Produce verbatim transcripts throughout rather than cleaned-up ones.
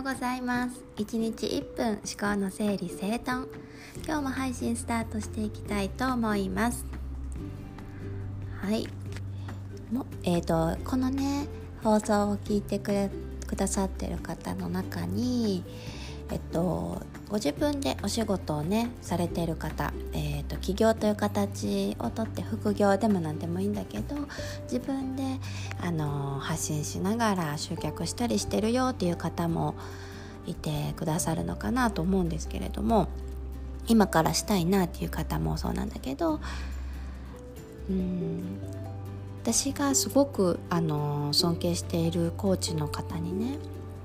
ございます。いちにちいっぷん思考の整理整頓、今日も配信スタートしていきたいと思います。はいも、えーと、このね放送を聞いてくれくださってる方の中にえっとご自分でお仕事をねされている方、えーと、起業という形をとって副業でも何でもいいんだけど、自分で、あのー、発信しながら集客したりしてるよっていう方もいてくださるのかなと思うんですけれども、今からしたいなっていう方もそうなんだけど、うーん私がすごく、あのー、尊敬しているコーチの方にね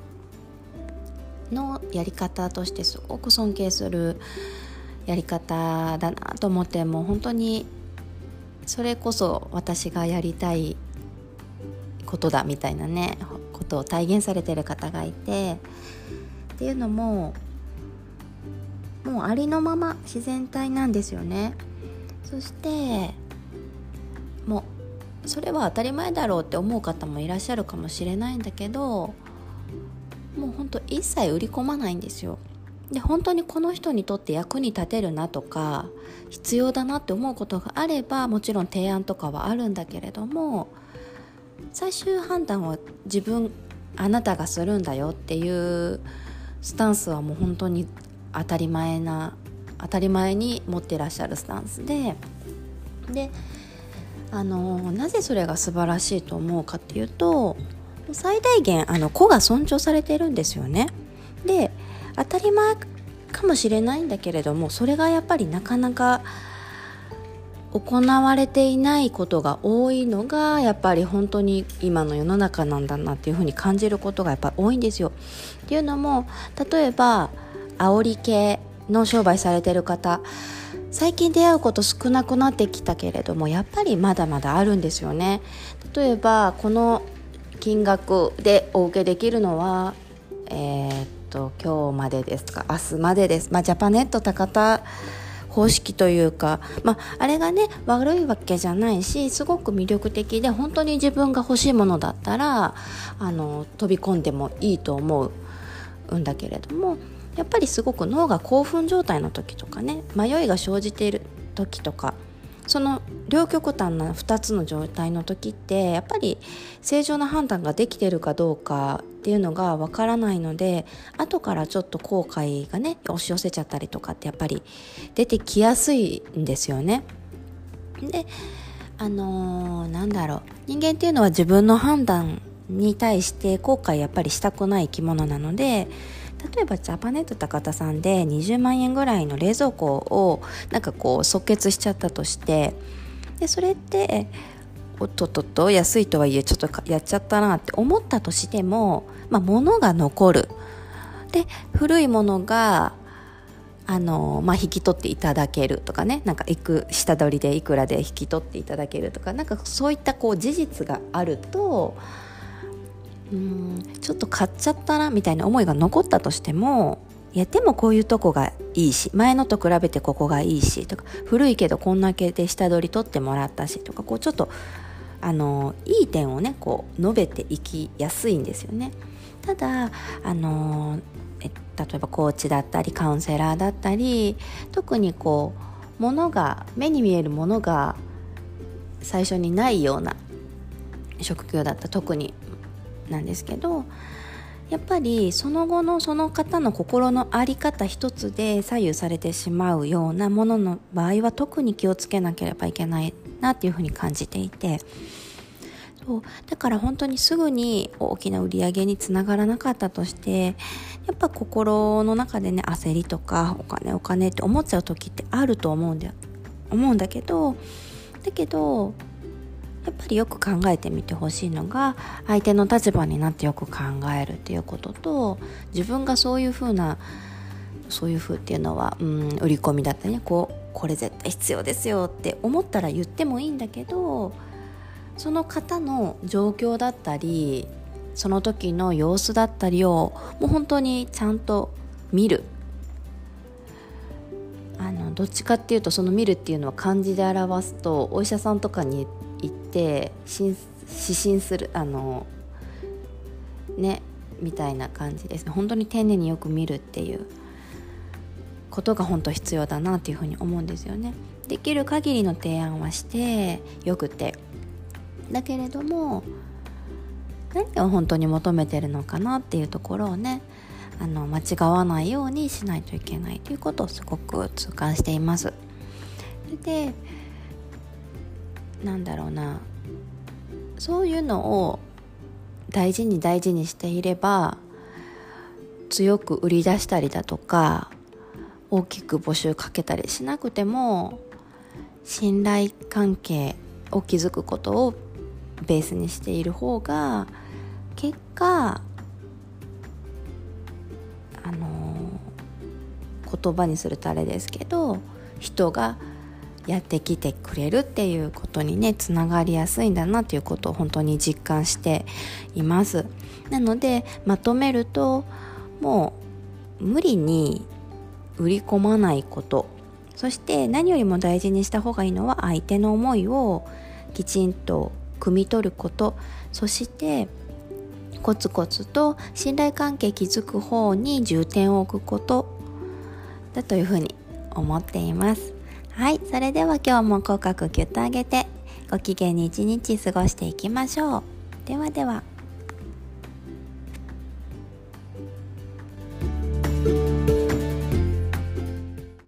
のやり方としてすごく尊敬するやり方だなと思って、もう本当にそれこそ私がやりたいことだみたいなねことを体現されている方がいて、っていうのももうありのまま自然体なんですよね。そしてもうそれは当たり前だろうって思う方もいらっしゃるかもしれないんだけど、もう本当一切売り込まないんですよ。で本当にこの人にとって役に立てるなとか必要だなって思うことがあれば、もちろん提案とかはあるんだけれども、最終判断は自分あなたがするんだよっていうスタンスはもう本当に当たり前な当たり前に持ってらっしゃるスタンスでであのなぜそれが素晴らしいと思うかっていうと、最大限あの個が尊重されているんですよね。で当たり前かもしれないんだけれども、それがやっぱりなかなか行われていないことが多いのがやっぱり本当に今の世の中なんだなっていうふうに感じることがやっぱり多いんですよ。っていうのも、例えば煽り系の商売されている方、最近出会うこと少なくなってきたけれども、やっぱりまだまだあるんですよね。例えばこの金額でお受けできるのはえー、っと今日までですか明日までです、まあ、ジャパネット高田方式というか、まあ、あれがね悪いわけじゃないし、すごく魅力的で本当に自分が欲しいものだったらあの飛び込んでもいいと思うんだけれども、やっぱりすごく脳が興奮状態の時とかね、迷いが生じている時とか、その両極端なふたつの状態の時ってやっぱり正常な判断ができているかどうかっていうのがわからないので、後からちょっと後悔がね押し寄せちゃったりとかってやっぱり出てきやすいんですよね。であのー、なんだろう人間っていうのは自分の判断に対して後悔やっぱりしたくない生き物なので、例えばジャパネット高田さんでにじゅうまんえんぐらいの冷蔵庫をなんかこう即決しちゃったとして、でそれっておっとっとっと安いとはいえちょっとやっちゃったなって思ったとしても、まあ、物が残る。で古いものがあの、まあ、引き取っていただけるとかね、なんかいく下取りでいくらで引き取っていただけるとか、なんかそういったこう事実があると、うーんちょっと買っちゃったなみたいな思いが残ったとしても、いやでもこういうとこがいいし、前のと比べてここがいいしとか、古いけどこんだけで下取り取ってもらったしとか、こうちょっとあのいい点をねこう述べていきやすいんですよね。ただあのえ例えばコーチだったりカウンセラーだったり、特にこう物が目に見えるものが最初にないような職業だったら特になんですけど、やっぱりその後のその方の心の在り方一つで左右されてしまうようなものの場合は特に気をつけなければいけないなっていうふうに感じていて、そうだから本当にすぐに大きな売り上げにつながらなかったとして、やっぱ心の中でね焦りとかお金お金って思っちゃう時ってあると思うんだ思うんだけどだけどやっぱりよく考えてみてほしいのが、相手の立場になってよく考えるっていうことと、自分がそういう風なそういう風っていうのは、うん、売り込みだったりね、こうこれ絶対必要ですよって思ったら言ってもいいんだけど、その方の状況だったりその時の様子だったりをもう本当にちゃんと見る。あのどっちかっていうと、その見るっていうのは漢字で表すと、お医者さんとかに行って指針するあのねみたいな感じですね。本当に丁寧によく見るっていうことが本当必要だなっていうふうに思うんですよね。できる限りの提案はしてよくて、だけれども何を本当に求めてるのかなっていうところをね、あの間違わないようにしないといけないということをすごく痛感しています。で、なんだろうな、そういうのを大事に大事にしていれば、強く売り出したりだとか大きく募集かけたりしなくても、信頼関係を築くことをベースにしている方が結果、あのー、言葉にするとあれですけど、人がやってきてくれるっていうことにねつながりやすいんだなっていうことを本当に実感しています。なのでまとめると、もう無理に売り込まないこと、そして何よりも大事にした方がいいのは相手の思いをきちんと汲み取ること、そしてコツコツと信頼関係築く方に重点を置くことだというふうに思っています。はい、それでは今日も口角キュッと上げてご機嫌に一日過ごしていきましょう。ではでは。